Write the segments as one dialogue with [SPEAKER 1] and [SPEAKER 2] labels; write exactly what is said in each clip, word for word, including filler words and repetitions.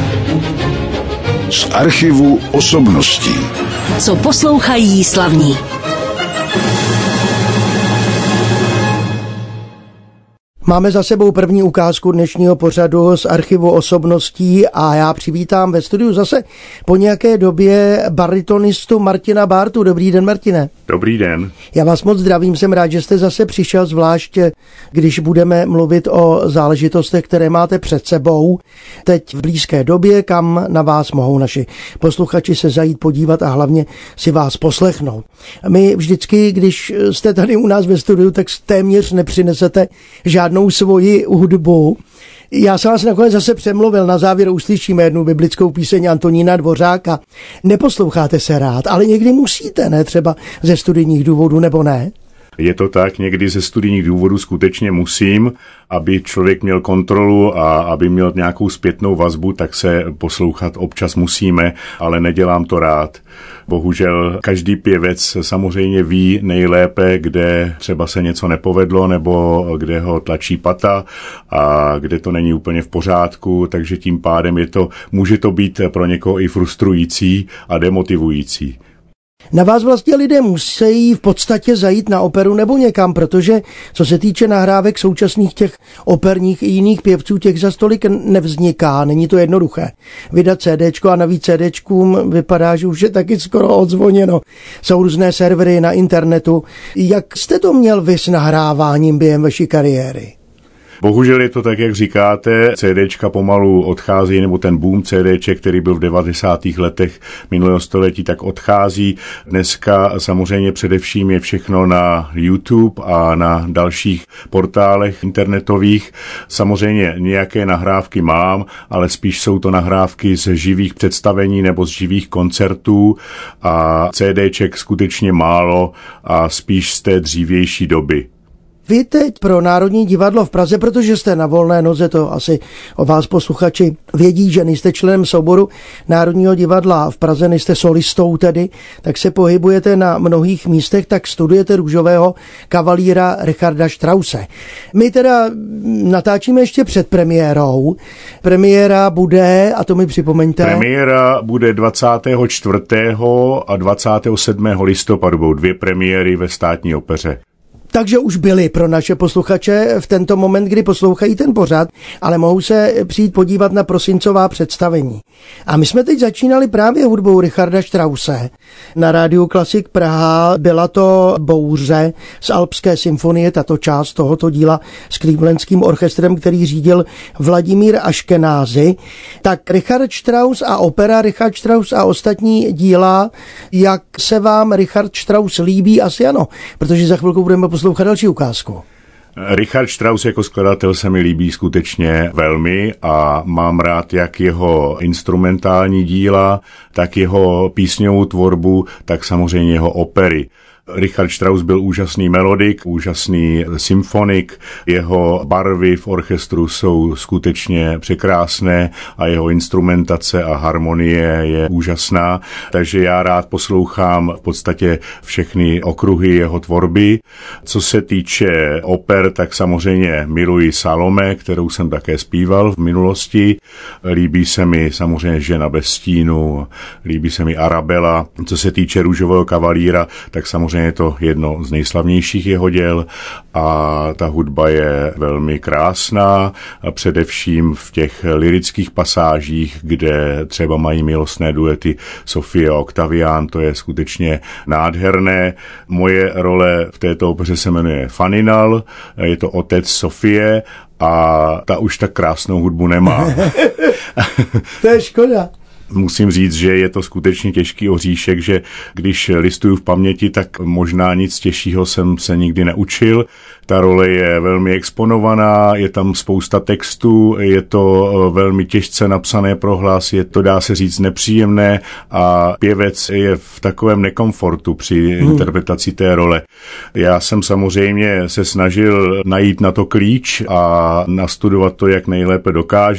[SPEAKER 1] Z archivu osobností.
[SPEAKER 2] Co poslouchají slavní.
[SPEAKER 3] Máme za sebou první ukázku dnešního pořadu z archivu osobností a já přivítám ve studiu zase po nějaké době baritonistu Martina Bártu. Dobrý den, Martine.
[SPEAKER 4] Dobrý den.
[SPEAKER 3] Já vás moc zdravím, jsem rád, že jste zase přišel, zvlášť když budeme mluvit o záležitostech, které máte před sebou teď v blízké době, kam na vás mohou naši posluchači se zajít podívat a hlavně si vás poslechnout. My vždycky, když jste tady u nás ve studiu, tak téměř nepřinesete žádnou svoji hudbu. Já jsem vás nakonec zase přemluvil, na závěr uslyšíme jednu biblickou píseň Antonína Dvořáka. Neposloucháte se rád, ale někdy musíte, ne? Třeba ze studijních důvodů, nebo ne?
[SPEAKER 4] Je to tak, někdy ze studijních důvodů skutečně musím, aby člověk měl kontrolu a aby měl nějakou zpětnou vazbu, tak se poslouchat občas musíme, ale nedělám to rád. Bohužel každý pěvec samozřejmě ví nejlépe, kde třeba se něco nepovedlo nebo kde ho tlačí pata a kde to není úplně v pořádku, takže tím pádem je to, může to být pro někoho i frustrující a demotivující.
[SPEAKER 3] Na vás vlastně lidé musí v podstatě zajít na operu nebo někam, protože co se týče nahrávek současných těch operních i jiných pěvců, těch za stolik nevzniká, není to jednoduché. Vydat CDčko a navíc CDčkům vypadá, že už je taky skoro odzvoněno. Jsou různé servery na internetu. Jak jste to měl vy s nahráváním během vaší kariéry?
[SPEAKER 4] Bohužel je to tak, jak říkáte, CDčka pomalu odchází, nebo ten boom CDček, který byl v devadesátých letech minulého století, tak odchází. Dneska samozřejmě především je všechno na YouTube a na dalších portálech internetových. Samozřejmě nějaké nahrávky mám, ale spíš jsou to nahrávky z živých představení nebo z živých koncertů a CDček skutečně málo a spíš z té dřívější doby.
[SPEAKER 3] Vy teď pro Národní divadlo v Praze, protože jste na volné noze, to asi o vás posluchači vědí, že nejste členem souboru Národního divadla v Praze, nejste solistou tedy, tak se pohybujete na mnohých místech, tak studujete růžového kavalíra Richarda Strause. My teda natáčíme ještě před premiérou. Premiéra bude, a to mi připomeňte.
[SPEAKER 4] Premiéra bude dvacátého čtvrtého a dvacátého sedmého listopadu, budou dvě premiéry ve Státní opeře.
[SPEAKER 3] Takže už byly pro naše posluchače v tento moment, kdy poslouchají ten pořad, ale mohou se přijít podívat na prosincová představení. A my jsme teď začínali právě hudbou Richarda Strause. Na Rádiu Klasik Praha byla to Bouře z Alpské symfonie, tato část tohoto díla s Clevelandským orchestrem, který řídil Vladimír Aškenázy. Tak Richard Strauss a opera Richard Strauss a ostatní díla, jak se vám Richard Strauss líbí? Asi ano, protože za chvilku budeme poslouchat další ukázku.
[SPEAKER 4] Richard Strauss jako skladatel se mi líbí skutečně velmi a mám rád jak jeho instrumentální díla, tak jeho písňovou tvorbu, tak samozřejmě jeho opery. Richard Strauss byl úžasný melodik, úžasný symfonik, jeho barvy v orchestru jsou skutečně překrásné a jeho instrumentace a harmonie je úžasná, takže já rád poslouchám v podstatě všechny okruhy jeho tvorby. Co se týče oper, tak samozřejmě miluji Salome, kterou jsem také zpíval v minulosti. Líbí se mi samozřejmě Žena bez stínu, líbí se mi Arabella. Co se týče Růžového kavalíra, tak samozřejmě je to jedno z nejslavnějších jeho děl a ta hudba je velmi krásná a především v těch lyrických pasážích, kde třeba mají milostné duety Sofie a Octavian, to je skutečně nádherné. Moje role v této opeře se jmenuje Faninal, je to otec Sofie a ta už tak krásnou hudbu nemá.
[SPEAKER 3] To je škoda.
[SPEAKER 4] Musím říct, že je to skutečně těžký oříšek, že když listuju v paměti, tak možná nic těžšího jsem se nikdy neučil. Ta role je velmi exponovaná, je tam spousta textů, je to velmi těžce napsané prohlas, je to, dá se říct, nepříjemné a pěvec je v takovém nekomfortu při hmm. interpretaci té role. Já jsem samozřejmě se snažil najít na to klíč a nastudovat to, jak nejlépe dokážu.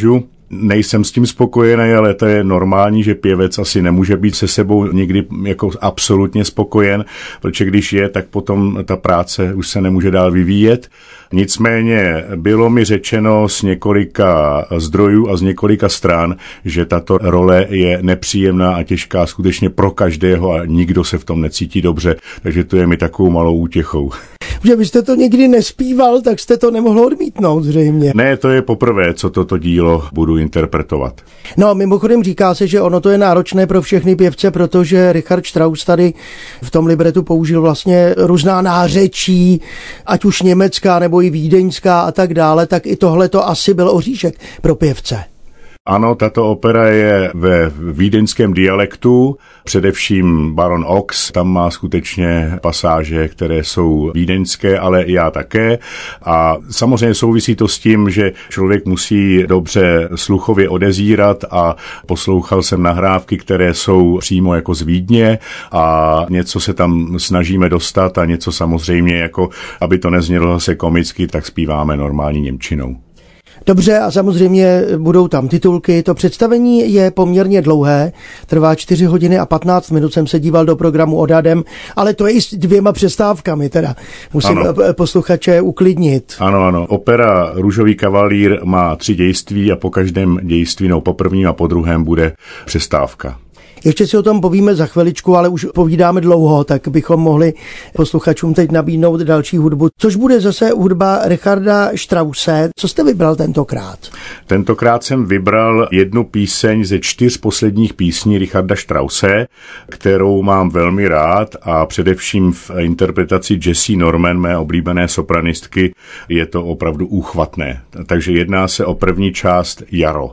[SPEAKER 4] Nejsem s tím spokojený, ale to je normální, že pěvec asi nemůže být se sebou nikdy jako absolutně spokojen, protože když je, tak potom ta práce už se nemůže dál vyvíjet. Nicméně bylo mi řečeno z několika zdrojů a z několika stran, že tato role je nepříjemná a těžká skutečně pro každého a nikdo se v tom necítí dobře, takže to je mi takovou malou útěchou.
[SPEAKER 3] Že vy jste to nikdy nespíval, tak jste to nemohl odmítnout zřejmě.
[SPEAKER 4] Ne, to je poprvé, co toto dílo budu interpretovat.
[SPEAKER 3] No, mimochodem říká se, že ono to je náročné pro všechny pěvce, protože Richard Strauss tady v tom libretu použil vlastně různá nářečí, ať už německá nebo i vídeňská a tak dále, tak i tohle to asi byl oříšek pro pěvce.
[SPEAKER 4] Ano, tato opera je ve vídeňském dialektu, především Baron Ochs, tam má skutečně pasáže, které jsou vídeňské, ale i já také. A samozřejmě souvisí to s tím, že člověk musí dobře sluchově odezírat a poslouchal jsem nahrávky, které jsou přímo jako z Vídně a něco se tam snažíme dostat a něco samozřejmě, jako aby to neznělo zase komicky, tak zpíváme normální němčinou.
[SPEAKER 3] Dobře, a samozřejmě budou tam titulky. To představení je poměrně dlouhé, trvá čtyři hodiny a patnáct minut, jsem se díval do programu odhadem, ale to je i s dvěma přestávkami, teda musím ano. posluchače uklidnit.
[SPEAKER 4] Ano, ano. Opera Růžový kavalír má tři dějství a po každém dějství, no po prvním a po druhém bude přestávka.
[SPEAKER 3] Ještě si o tom povíme za chviličku, ale už povídáme dlouho, tak bychom mohli posluchačům teď nabídnout další hudbu, což bude zase hudba Richarda Strausse. Co jste vybral tentokrát?
[SPEAKER 4] Tentokrát jsem vybral jednu píseň ze čtyř posledních písní Richarda Strausse, kterou mám velmi rád a především v interpretaci Jessie Norman, mé oblíbené sopranistky, je to opravdu úchvatné. Takže jedná se o první část Jaro.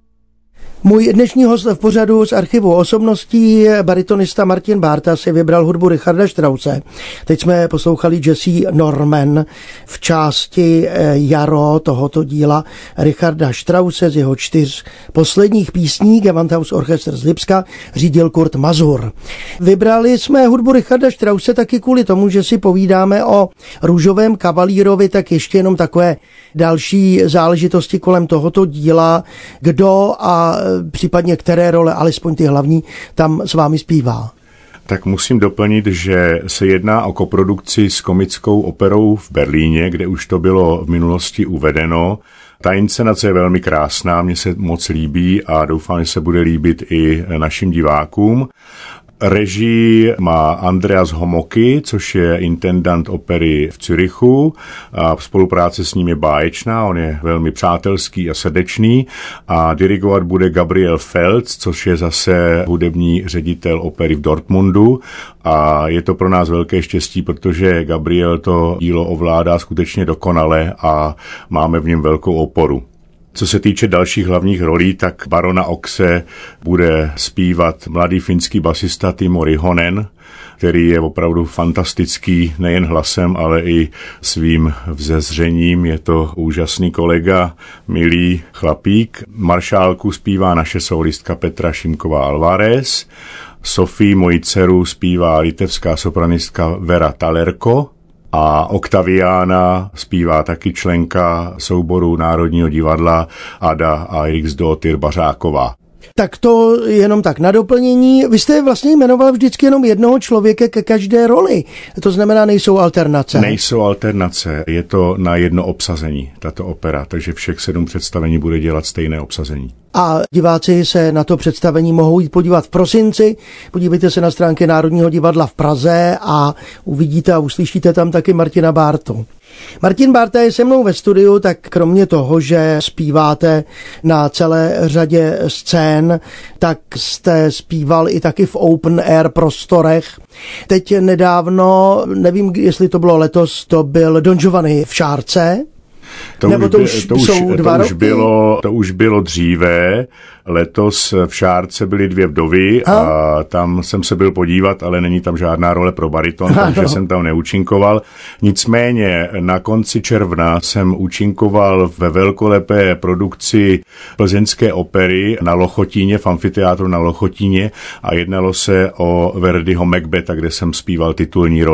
[SPEAKER 3] Můj dnešní host v pořadu z archivu osobností, baritonista Martin Bárta, si vybral hudbu Richarda Strausse. Teď jsme poslouchali Jessie Norman v části Jaro tohoto díla Richarda Strausse z jeho čtyř posledních písní. Gewandhaus Orchester z Lipska řídil Kurt Mazur. Vybrali jsme hudbu Richarda Strausse taky kvůli tomu, že si povídáme o Růžovém kavalírovi, tak ještě jenom takové další záležitosti kolem tohoto díla. Kdo a případně které role, alespoň ty hlavní, tam s vámi zpívá?
[SPEAKER 4] Tak musím doplnit, že se jedná o koprodukci s komickou operou v Berlíně, kde už to bylo v minulosti uvedeno. Ta inscenace je velmi krásná, mně se moc líbí a doufám, že se bude líbit i našim divákům. Režii má Andreas Homoky, což je intendant opery v Zürichu a spolupráce s ním je báječná, on je velmi přátelský a srdečný a dirigovat bude Gabriel Feltz, což je zase hudební ředitel opery v Dortmundu a je to pro nás velké štěstí, protože Gabriel to dílo ovládá skutečně dokonale a máme v něm velkou oporu. Co se týče dalších hlavních rolí, tak barona Ochse bude zpívat mladý finský basista Timo Rihonen, který je opravdu fantastický nejen hlasem, ale i svým vzezřením. Je to úžasný kolega, milý chlapík. Maršálku zpívá naše solistka Petra Šimková Alvarez. Sofii, moji dceru, zpívá litevská sopranistka Vera Talerko. A Oktaviána zpívá taky členka souboru Národního divadla Ada Eiríksdóttir Bařáková.
[SPEAKER 3] Tak to jenom tak na doplnění. Vy jste vlastně jmenoval vždycky jenom jednoho člověka ke každé roli. To znamená, nejsou alternace.
[SPEAKER 4] Nejsou alternace. Je to na jedno obsazení, tato opera. Takže všech sedm představení bude dělat stejné obsazení.
[SPEAKER 3] A diváci se na to představení mohou jít podívat v prosinci. Podívejte se na stránky Národního divadla v Praze a uvidíte a uslyšíte tam taky Martina Bártu. Martin Bárta je se mnou ve studiu, tak kromě toho, že zpíváte na celé řadě scén, tak jste zpíval i taky v open air prostorech. Teď nedávno, nevím, jestli to bylo letos, to byl Don Giovanni v Šárce.
[SPEAKER 4] To
[SPEAKER 3] Nebo
[SPEAKER 4] už,
[SPEAKER 3] to už
[SPEAKER 4] to
[SPEAKER 3] jsou
[SPEAKER 4] už,
[SPEAKER 3] dva
[SPEAKER 4] to
[SPEAKER 3] roky?
[SPEAKER 4] Už bylo, to už bylo dříve. Letos v Šárce byly dvě vdovy a, a tam jsem se byl podívat, ale není tam žádná role pro bariton, takže jsem tam neúčinkoval. Nicméně na konci června jsem účinkoval ve velkolepé produkci plzeňské opery na Lochotíně, v amfiteátru na Lochotíně a jednalo se o Verdiho Macbetha, kde jsem zpíval titulní roli.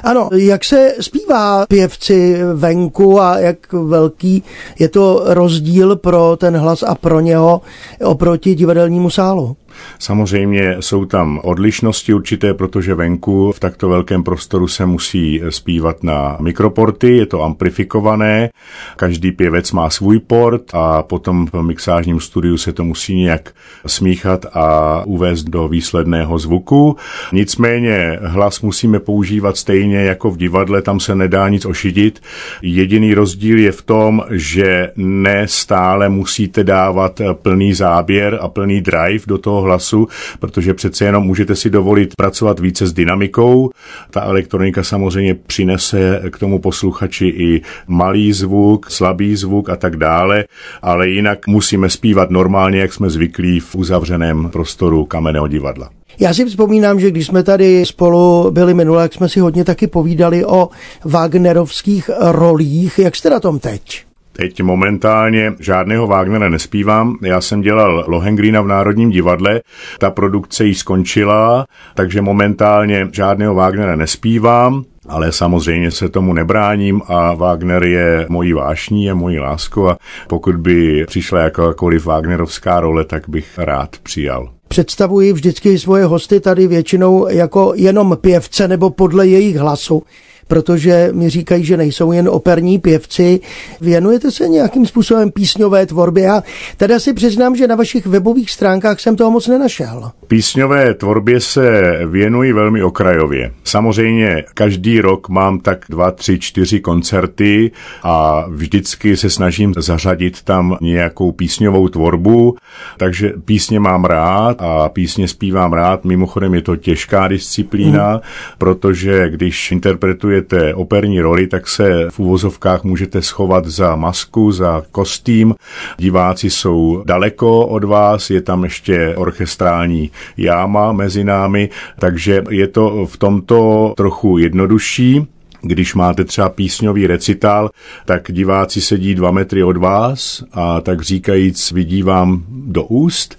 [SPEAKER 3] Ano, jak se zpívá pěvci venku a jak velký je to rozdíl pro ten hlas a pro něho oproti divadelnímu sálu?
[SPEAKER 4] Samozřejmě jsou tam odlišnosti určité, protože venku v takto velkém prostoru se musí zpívat na mikroporty, je to amplifikované, každý pěvec má svůj port a potom v mixážním studiu se to musí nějak smíchat a uvést do výsledného zvuku. Nicméně hlas musíme používat stejně jako v divadle, tam se nedá nic ošidit. Jediný rozdíl je v tom, že ne stále musíte dávat plný záběr a plný drive do toho hlasu, protože přece jenom můžete si dovolit pracovat více s dynamikou. Ta elektronika samozřejmě přinese k tomu posluchači i malý zvuk, slabý zvuk a tak dále, ale jinak musíme zpívat normálně, jak jsme zvyklí v uzavřeném prostoru Kamenného divadla.
[SPEAKER 3] Já si vzpomínám, že když jsme tady spolu byli minule, jak jsme si hodně taky povídali o wagnerovských rolích. Jak jste na tom teď?
[SPEAKER 4] Teď momentálně žádného Wagnera nespívám. Já jsem dělal Lohengrina v Národním divadle, ta produkce již skončila, takže momentálně žádného Wagnera nespívám, ale samozřejmě se tomu nebráním a Wagner je mojí vášní, je mojí láskou a pokud by přišla jakákoliv wagnerovská role, tak bych rád přijal.
[SPEAKER 3] Představuji vždycky svoje hosty tady většinou jako jenom pěvce nebo podle jejich hlasu, protože mi říkají, že nejsou jen operní pěvci. Věnujete se nějakým způsobem písňové tvorbě? Já teda si přiznám, že na vašich webových stránkách jsem toho moc nenašel.
[SPEAKER 4] Písňové tvorbě se věnuji velmi okrajově. Samozřejmě každý rok mám tak dva, tři, čtyři koncerty a vždycky se snažím zařadit tam nějakou písňovou tvorbu, takže písně mám rád a písně zpívám rád. Mimochodem je to těžká disciplína, hmm. protože když interpretuje operní roli, tak se v uvozovkách můžete schovat za masku, za kostým. Diváci jsou daleko od vás, je tam ještě orchestrální jáma mezi námi, takže je to v tomto trochu jednodušší. Když máte třeba písňový recitál, tak diváci sedí dva metry od vás a tak říkajíc vidí vám do úst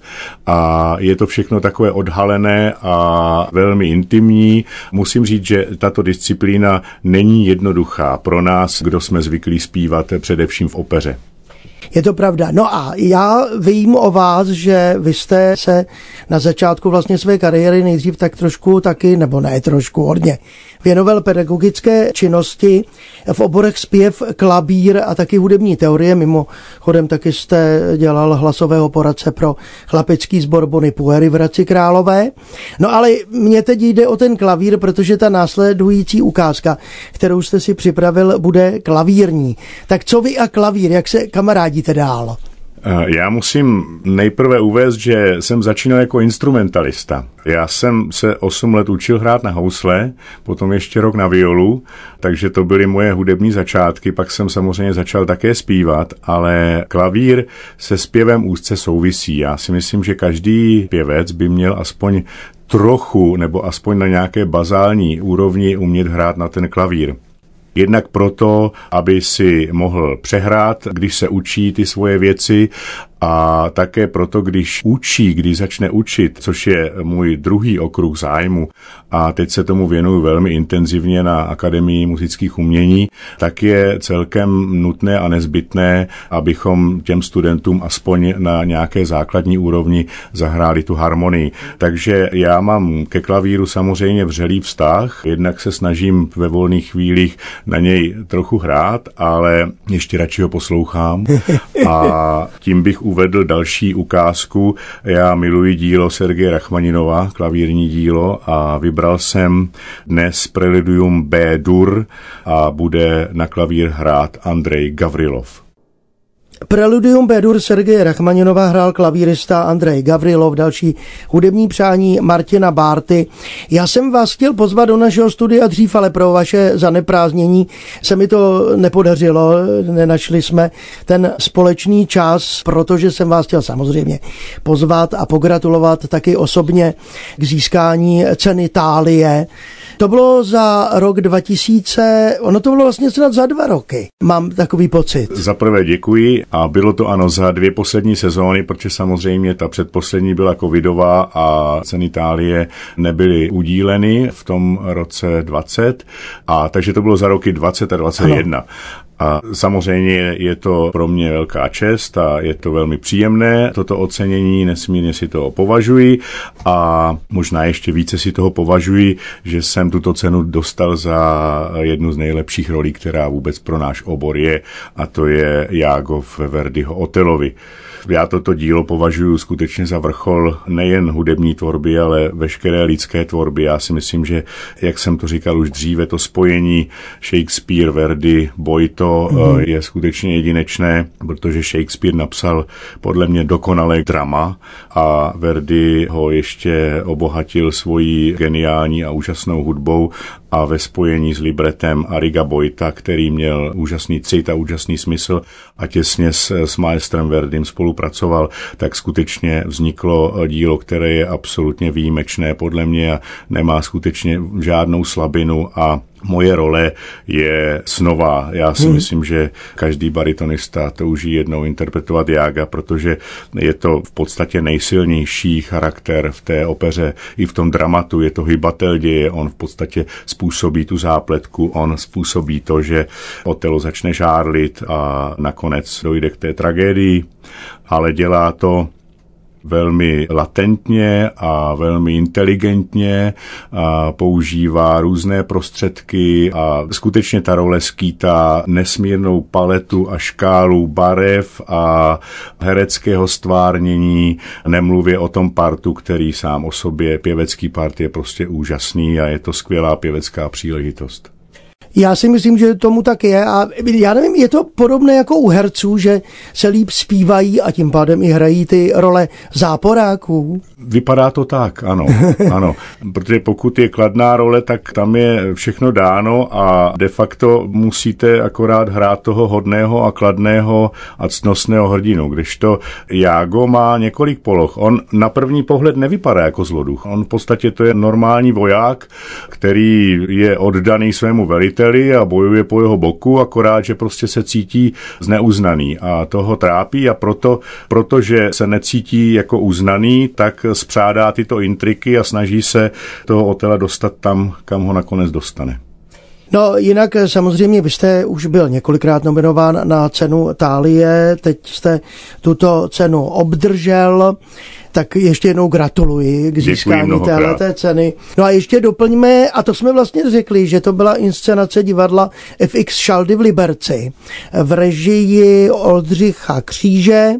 [SPEAKER 4] a je to všechno takové odhalené a velmi intimní. Musím říct, že tato disciplína není jednoduchá pro nás, kdo jsme zvyklí zpívat především v opeře.
[SPEAKER 3] Je to pravda. No a já vím o vás, že vy jste se na začátku vlastně své kariéry nejdřív tak trošku taky, nebo ne trošku, hodně, věnoval pedagogické činnosti v oborech zpěv, klavír a taky hudební teorie. Mimochodem taky jste dělal hlasového poradce pro chlapecký sbor Bony Puery v Hradci Králové. No ale mně teď jde o ten klavír, protože ta následující ukázka, kterou jste si připravil, bude klavírní. Tak co vy a klavír, jak se kamarádíte dál?
[SPEAKER 4] Já musím nejprve uvést, že jsem začínal jako instrumentalista. Já jsem se osm let učil hrát na housle, potom ještě rok na violu, takže to byly moje hudební začátky, pak jsem samozřejmě začal také zpívat, ale klavír se zpěvem úzce souvisí. Já si myslím, že každý pěvec by měl aspoň trochu nebo aspoň na nějaké bazální úrovni umět hrát na ten klavír. Jednak proto, aby si mohl přehrát, když se učí ty svoje věci a také proto, když učí, když začne učit, což je můj druhý okruh zájmu a teď se tomu věnuju velmi intenzivně na Akademii muzických umění, tak je celkem nutné a nezbytné, abychom těm studentům aspoň na nějaké základní úrovni zahráli tu harmonii. Takže já mám ke klavíru samozřejmě vřelý vztah, jednak se snažím ve volných chvílích na něj trochu hrát, ale ještě radši ho poslouchám a tím bych uvedl další ukázku. Já miluji dílo Sergeje Rachmaninova, klavírní dílo a vybral jsem dnes Preludium B-dur a bude na klavír hrát Andrej Gavrilov.
[SPEAKER 3] Preludium B-dur Sergeje Rachmaninova hrál klavírista Andrej Gavrilov, další hudební přání Martina Bárty. Já jsem vás chtěl pozvat do našeho studia dřív, ale pro vaše zaneprázdnění se mi to nepodařilo. Nenašli jsme ten společný čas, protože jsem vás chtěl samozřejmě pozvat a pogratulovat taky osobně k získání ceny Thálie. To bylo za rok dva tisíce, ono to bylo vlastně snad za dva roky, mám takový pocit.
[SPEAKER 4] Za prvé děkuji. A bylo to ano za dvě poslední sezóny, protože samozřejmě ta předposlední byla covidová a ceny Itálie nebyly udíleny v tom roce dvacet, a takže to bylo za roky dvacet a dvacet jedna. Ano. A samozřejmě je to pro mě velká čest a je to velmi příjemné, toto ocenění, nesmírně si toho považuji a možná ještě více si toho považuji, že jsem tuto cenu dostal za jednu z nejlepších rolí, která vůbec pro náš obor je, a to je Iago ve Verdiho Otelovi. Já toto dílo považuji skutečně za vrchol nejen hudební tvorby, ale veškeré lidské tvorby. Já si myslím, že, jak jsem to říkal už dříve, to spojení Shakespeare, Verdi, Boito mm. je skutečně jedinečné, protože Shakespeare napsal podle mě dokonalé drama a Verdi ho ještě obohatil svojí geniální a úžasnou hudbou, a ve spojení s libretem Arriga Boita, který měl úžasný cit a úžasný smysl a těsně s, s maestrem Verdim spolupracoval, tak skutečně vzniklo dílo, které je absolutně výjimečné podle mě a nemá skutečně žádnou slabinu a moje role je snová. Já si hmm. myslím, že každý baritonista touží jednou interpretovat Iaga, protože je to v podstatě nejsilnější charakter v té opeře i v tom dramatu. Je to hybatel děje, on v podstatě způsobí tu zápletku, on způsobí to, že Otelo začne žárlit a nakonec dojde k té tragédii, ale dělá to velmi latentně a velmi inteligentně a používá různé prostředky a skutečně ta role skýtá nesmírnou paletu a škálu barev a hereckého stvárnění, nemluvě o tom partu, který sám o sobě, pěvecký part je prostě úžasný a je to skvělá pěvecká příležitost.
[SPEAKER 3] Já si myslím, že tomu tak je a já nevím, je to podobné jako u herců, že se líp zpívají a tím pádem i hrají ty role záporáků?
[SPEAKER 4] Vypadá to tak, ano, ano, protože pokud je kladná role, tak tam je všechno dáno a de facto musíte akorát hrát toho hodného a kladného a ctnostného hrdinu, kdežto Iago má několik poloh. On na první pohled nevypadá jako zloduch, on v podstatě to je normální voják, který je oddaný svému veliteli a bojuje po jeho boku, akorát, že prostě se cítí zneuznaný a toho trápí a proto, protože se necítí jako uznaný, tak spřádá tyto intriky a snaží se toho Otela dostat tam, kam ho nakonec dostane.
[SPEAKER 3] No jinak samozřejmě vy jste už byl několikrát nominován na cenu Thálie, teď jste tuto cenu obdržel, tak ještě jednou gratuluji k získání téhleté ceny. No a ještě doplňme, a to jsme vlastně řekli, že to byla inscenace divadla F X Šaldy v Liberci v režii Oldřicha Kříže,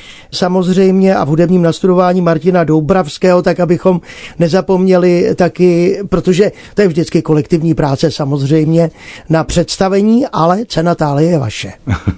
[SPEAKER 3] samozřejmě a v hudebním nastudování Martina Doubravského, tak abychom nezapomněli taky, protože to je vždycky kolektivní práce samozřejmě na představení, ale cena Thálie je vaše.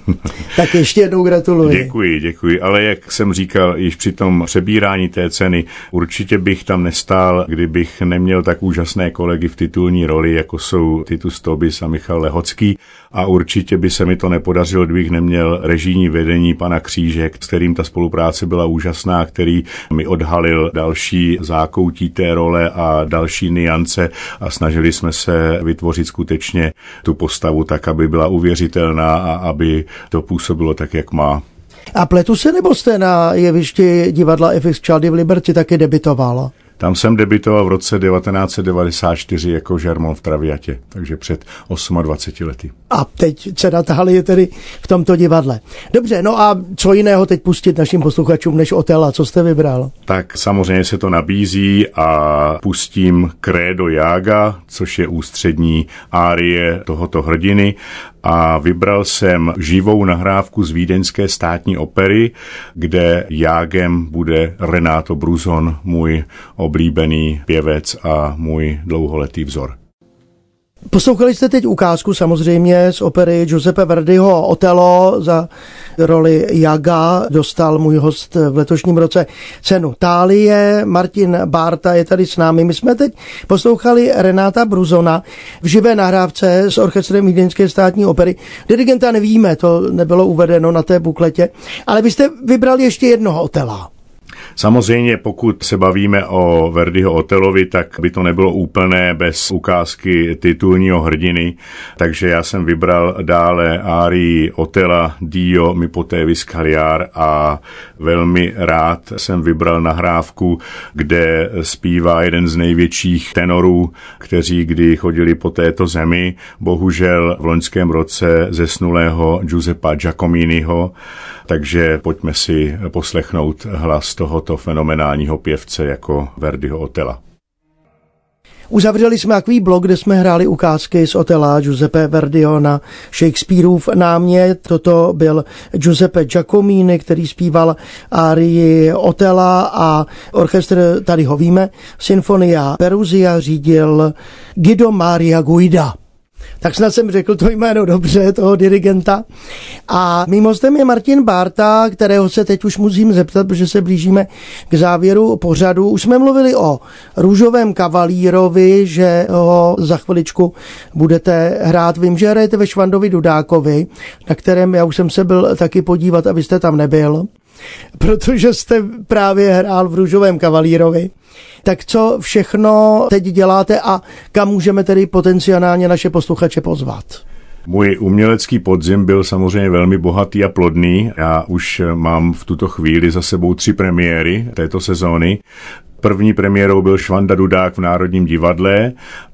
[SPEAKER 3] Tak ještě jednou gratuluji.
[SPEAKER 4] Děkuji, děkuji, ale jak jsem říkal, již při tom přebírání té ceny, určitě bych tam nestál, kdybych neměl tak úžasné kolegy v titulní roli, jako jsou Titus Tobis a Michal Lehocký, a určitě by se mi to nepodařilo, kdybych neměl režijní vedení pana Kříže, s kterým ta spolupráce byla úžasná, který mi odhalil další zákoutí té role a další niance a snažili jsme se vytvořit skutečně tu postavu tak, aby byla uvěřitelná a aby to působilo tak, jak má.
[SPEAKER 3] A pletu se, nebo jste na jevišti divadla F X Šaldy v Liberci taky debitoval?
[SPEAKER 4] Tam jsem debitoval v roce devatenáct set devadesát čtyři jako Žermon v Traviatě, takže před dvaceti osmi lety.
[SPEAKER 3] A teď cena Thálie tedy v tomto divadle. Dobře, no a co jiného teď pustit našim posluchačům než Otela? Co jste vybral?
[SPEAKER 4] Tak samozřejmě se to nabízí a pustím Credo Iaga, což je ústřední árie tohoto hrdiny. A vybral jsem živou nahrávku z Vídeňské státní opery, kde Iagem bude Renato Bruzon, můj oblíbený pěvec a můj dlouholetý vzor.
[SPEAKER 3] Poslouchali jste teď ukázku samozřejmě z opery Giuseppe Verdiho Otello. Za roli Iaga dostal můj host v letošním roce cenu Thálie. Martin Bárta je tady s námi. My jsme teď poslouchali Renáta Bruzona v živé nahrávce s orchestrem Vídeňské státní opery. Dirigenta nevíme, to nebylo uvedeno na té bukletě, ale vy jste vybral ještě jednoho Otella.
[SPEAKER 4] Samozřejmě, pokud se bavíme o Verdiho Otelovi, tak by to nebylo úplné bez ukázky titulního hrdiny, takže já jsem vybral dále árii Otela Dio mi potevi scaliar a velmi rád jsem vybral nahrávku, kde zpívá jeden z největších tenorů, kteří kdy chodili po této zemi, bohužel v loňském roce zesnulého Giuseppa Giacominiho, takže pojďme si poslechnout hlas tohoto fenomenálního pěvce jako Verdiho Otela.
[SPEAKER 3] Uzavřeli jsme takový blok, kde jsme hráli ukázky z Otela Giuseppe Verdiho na Shakespeareův námět. Toto byl Giuseppe Giacomini, který zpíval árii Otela a orchestr, tady ho víme, Sinfonia Peruzia řídil Guido Maria Guida. Tak snad jsem řekl to jméno dobře, toho dirigenta. A mým hostem je Martin Bárta, kterého se teď už musím zeptat, protože se blížíme k závěru pořadu. Už jsme mluvili o Růžovém kavalírovi, že ho za chviličku budete hrát. Vím, že hrajete ve Švandovi Dudákovi, na kterém já už jsem se byl taky podívat, abyste tam nebyl, protože jste právě hrál v Růžovém kavalírovi. Tak co všechno teď děláte a kam můžeme tedy potenciálně naše posluchače pozvat?
[SPEAKER 4] Můj umělecký podzim byl samozřejmě velmi bohatý a plodný. Já už mám v tuto chvíli za sebou tři premiéry této sezóny. První premiérou byl Švanda Dudák v Národním divadle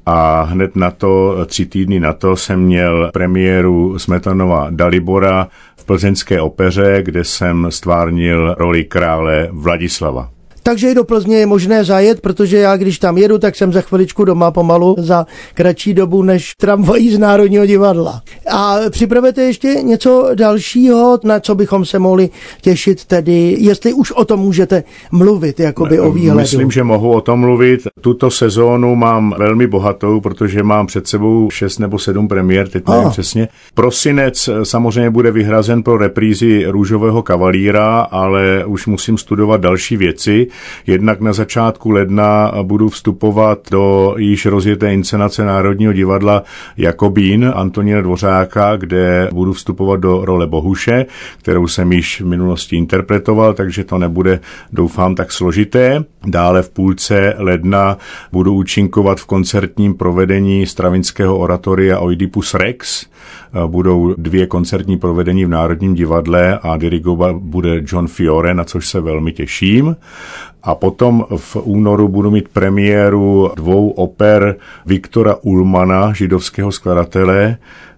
[SPEAKER 4] a hned na to, tři týdny na to, jsem měl premiéru Smetanova Dalibora v Plzeňské opeře, kde jsem stvárnil roli krále Vladislava.
[SPEAKER 3] Takže i do Plzně je možné zajet, protože já, když tam jedu, tak jsem za chviličku doma pomalu za kratší dobu než tramvají z Národního divadla. A připravujete ještě něco dalšího, na co bychom se mohli těšit, tedy jestli už o tom můžete mluvit, jakoby o výhledu.
[SPEAKER 4] Myslím, že mohu o tom mluvit. Tuto sezónu mám velmi bohatou, protože mám před sebou šest nebo sedm premiér, teď nevím oh. přesně. Prosinec samozřejmě bude vyhrazen pro reprízy Růžového kavalíra, ale už musím studovat další věci. Jednak na začátku ledna budu vstupovat do již rozjeté inscenace Národního divadla Jakobín Antonína Dvořáka, kde budu vstupovat do role Bohuše, kterou jsem již v minulosti interpretoval, takže to nebude, doufám, tak složité. Dále v půlce ledna budu účinkovat v koncertním provedení Stravinského oratoria Oidipus Rex. Budou dvě koncertní provedení v Národním divadle a dirigovat bude John Fiore, na což se velmi těším. A potom v únoru budu mít premiéru dvou oper Viktora Ullmana, židovského skladatele,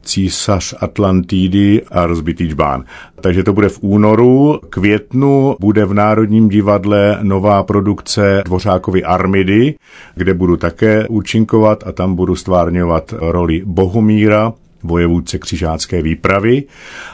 [SPEAKER 4] Císař Atlantidy a Rozbitý džbán. Takže to bude v únoru. Květnu bude v Národním divadle nová produkce Dvořákovy Armidy, kde budu také účinkovat a tam budu stvárňovat roli Bohumíra, vojevůdce křižácké výpravy.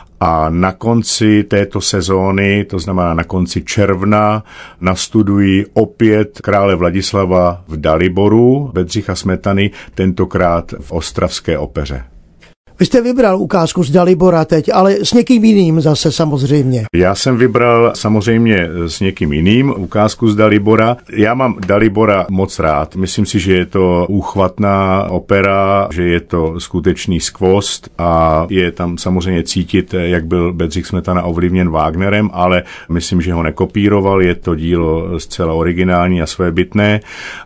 [SPEAKER 4] A na konci této sezóny, to znamená na konci června, nastuduji opět krále Vladislava v Daliboru Bedřicha Smetany, tentokrát v Ostravské opeře.
[SPEAKER 3] Vy jste vybral ukázku z Dalibora teď, ale s někým jiným zase samozřejmě.
[SPEAKER 4] Já jsem vybral samozřejmě s někým jiným ukázku z Dalibora. Já mám Dalibora moc rád. Myslím si, že je to úchvatná opera, že je to skutečný skvost a je tam samozřejmě cítit, jak byl Bedřich Smetana ovlivněn Wagnerem, ale myslím, že ho nekopíroval. Je to dílo zcela originální a svébytné.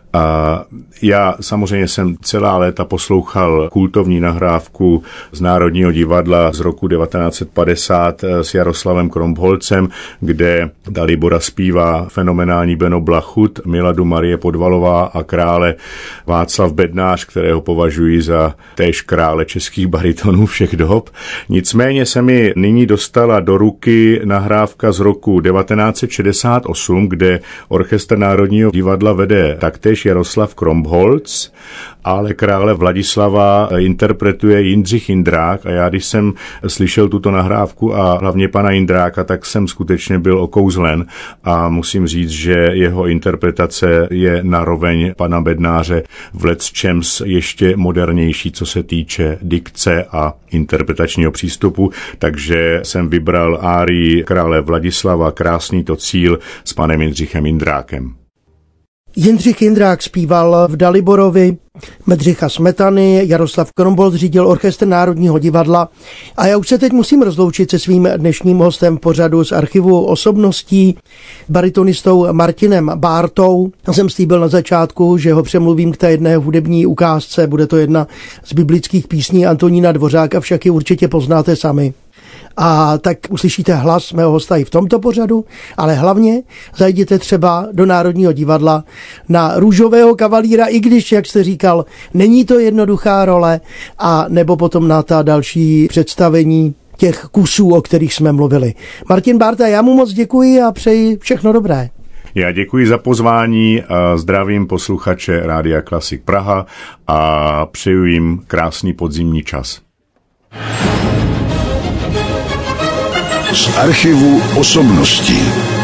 [SPEAKER 4] A já samozřejmě jsem celá léta poslouchal kultovní nahrávku z Národního divadla z roku devatenáct set padesát s Jaroslavem Krompholcem, kde Dalibora zpívá fenomenální Beno Blachut, Miladu Marie Podvalová a krále Václav Bednář, kterého považuji za též krále českých baritonů všech dob. Nicméně se mi nyní dostala do ruky nahrávka z roku devatenáct set šedesát osm, kde orchestr Národního divadla vede taktéž Jaroslav Krompholc, ale krále Vladislava interpretuje Jindřich Jindrák a já, když jsem slyšel tuto nahrávku a hlavně pana Jindráka, tak jsem skutečně byl okouzlen a musím říct, že jeho interpretace je naroveň pana Bednáře v lecčems ještě modernější, co se týče dikce a interpretačního přístupu, takže jsem vybral árii krále Vladislava Krásný to cíl s panem Jindřichem Jindrákem.
[SPEAKER 3] Jindřich Jindrák zpíval v Daliborovi, Bedřicha Smetany, Jaroslav Krombold řídil orchestr Národního divadla a já už se teď musím rozloučit se svým dnešním hostem v pořadu z archivu osobností, baritonistou Martinem Bártou. Já jsem slíbil na začátku, že ho přemluvím k té jedné hudební ukázce, bude to jedna z biblických písní Antonína Dvořáka, však ji určitě poznáte sami. A tak uslyšíte hlas mého hosta i v tomto pořadu, ale hlavně zajděte třeba do Národního divadla na Růžového kavalíra, i když, jak jste říkal, není to jednoduchá role, a nebo potom na ta další představení těch kusů, o kterých jsme mluvili. Martin Bárta, já mu moc děkuji a přeji všechno dobré.
[SPEAKER 4] Já děkuji za pozvání a zdravím posluchače Rádia Klasik Praha a přeju jim krásný podzimní čas.
[SPEAKER 1] Z archivu osobností.